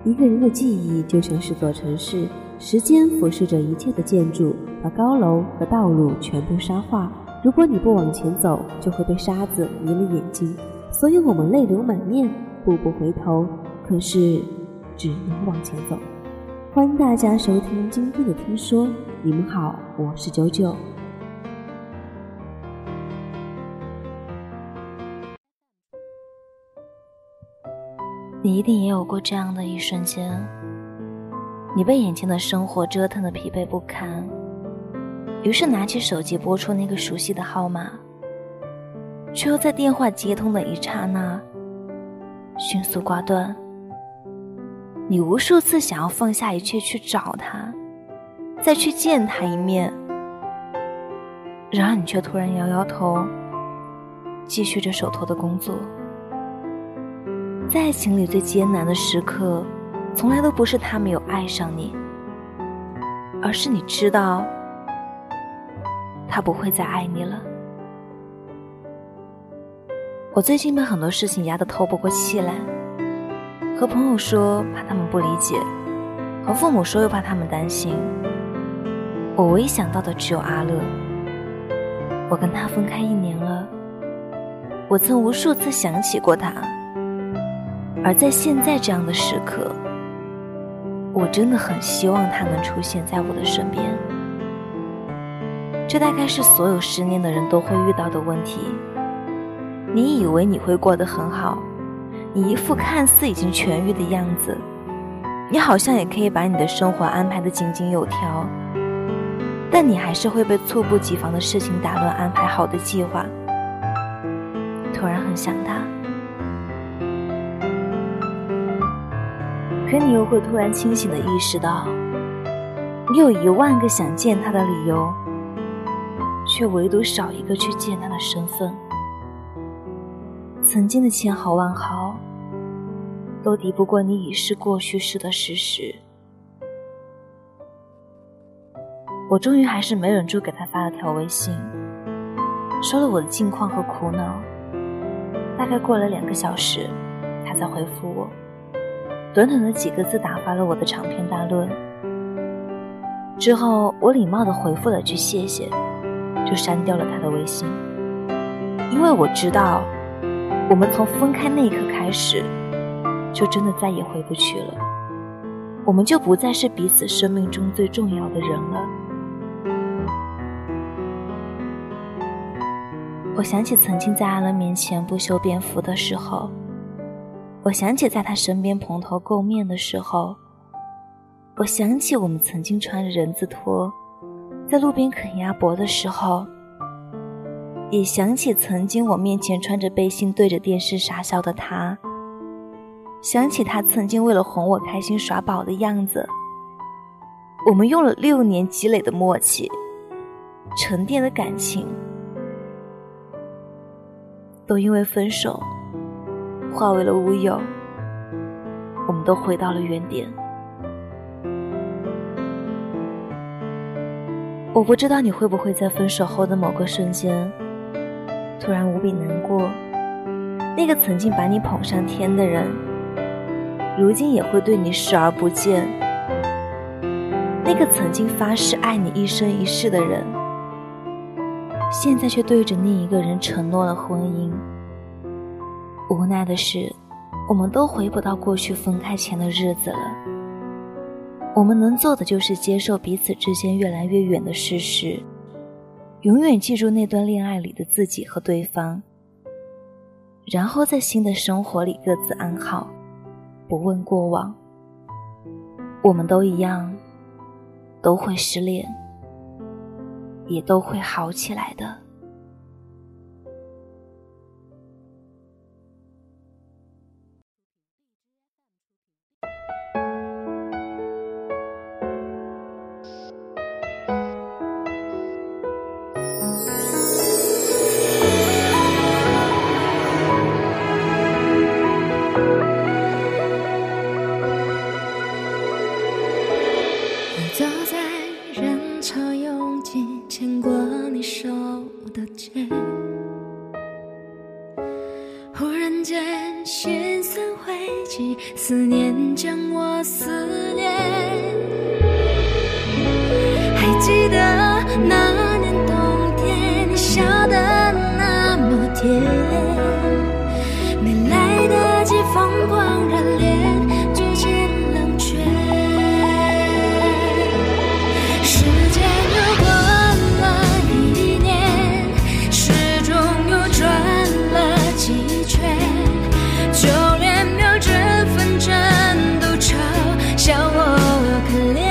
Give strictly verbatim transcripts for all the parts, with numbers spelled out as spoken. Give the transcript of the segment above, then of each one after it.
一个人的记忆就像是座城市，时间俯视着一切的建筑，把高楼和道路全部沙化。如果你不往前走，就会被沙子迷了眼睛。所以我们泪流满面，步步回头，可是只能往前走。欢迎大家收听今天的听说，你们好，我是九九。 你一定也有过这样的一瞬间，你被眼前的生活折腾得疲惫不堪，于是拿起手机拨出那个熟悉的号码，却又在电话接通的一刹那迅速挂断。你无数次想要放下一切去找他，再去见他一面，然而你却突然摇摇头，继续着手头的工作。在爱情里最艰难的时刻，从来都不是他没有爱上你，而是你知道他不会再爱你了。我最近被很多事情压得透不过气来，和朋友说怕他们不理解，和父母说又怕他们担心。我唯一想到的只有阿乐。我跟他分开一年了，我曾无数次想起过他，而在现在这样的时刻，我真的很希望他能出现在我的身边。这大概是所有失恋的人都会遇到的问题。你以为你会过得很好，你一副看似已经痊愈的样子，你好像也可以把你的生活安排得井井有条，但你还是会被猝不及防的事情打乱安排好的计划。突然很想他，可你又会突然清醒地意识到，你有一万个想见他的理由，却唯独少一个去见他的身份。曾经的千好万好，都敌不过你已是过去式的事实。我终于还是没忍住给他发了条微信，说了我的近况和苦恼。大概过了两个小时，他才回复我，短短的几个字打发了我的长篇大论。之后我礼貌地回复了句谢谢，就删掉了他的微信。因为我知道，我们从分开那一刻开始，就真的再也回不去了。我们就不再是彼此生命中最重要的人了。我想起曾经在阿伦面前不修边幅的时候，我想起在他身边蓬头垢面的时候，我想起我们曾经穿着人字拖在路边啃鸭脖的时候，也想起曾经我面前穿着背心对着电视傻笑的他，想起他曾经为了哄我开心耍宝的样子。我们用了六年积累的默契，沉淀的感情，都因为分手化为了乌有，我们都回到了原点。我不知道你会不会在分手后的某个瞬间突然无比难过，那个曾经把你捧上天的人，如今也会对你视而不见。那个曾经发誓爱你一生一世的人，现在却对着另一个人承诺了婚姻。无奈的是，我们都回不到过去分开前的日子了。我们能做的就是接受彼此之间越来越远的事实，永远记住那段恋爱里的自己和对方，然后在新的生活里各自安好，不问过往。我们都一样，都会失恋，也都会好起来的。 走在人潮拥挤，牵过你手边将我撕裂。还记得那年冬天，你笑得那么甜，没来得及疯狂热恋，逐渐冷却。时间又过了一年，时钟又转了几圈，就连秒针分针都嘲笑我可怜。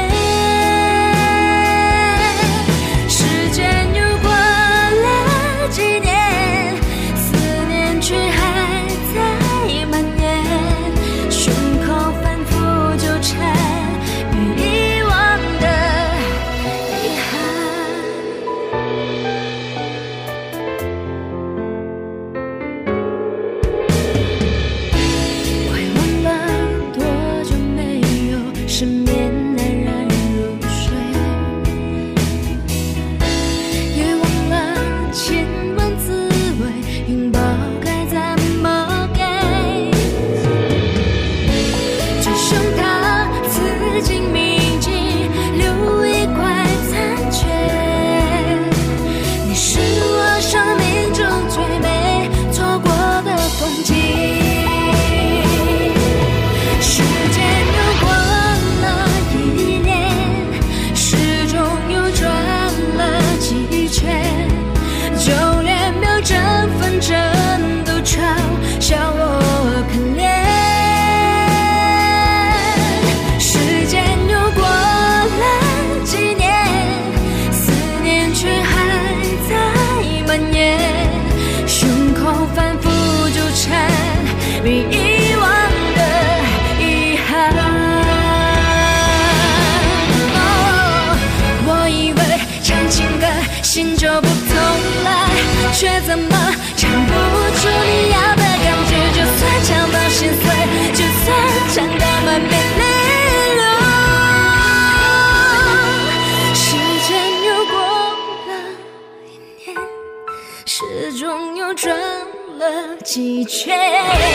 被遗忘的遗憾。哦，我以为唱情歌心就不痛了，却怎么唱不出你要的感觉？就算唱到心碎，就算唱到满面泪流，时间又过了一年，时钟又转了几圈。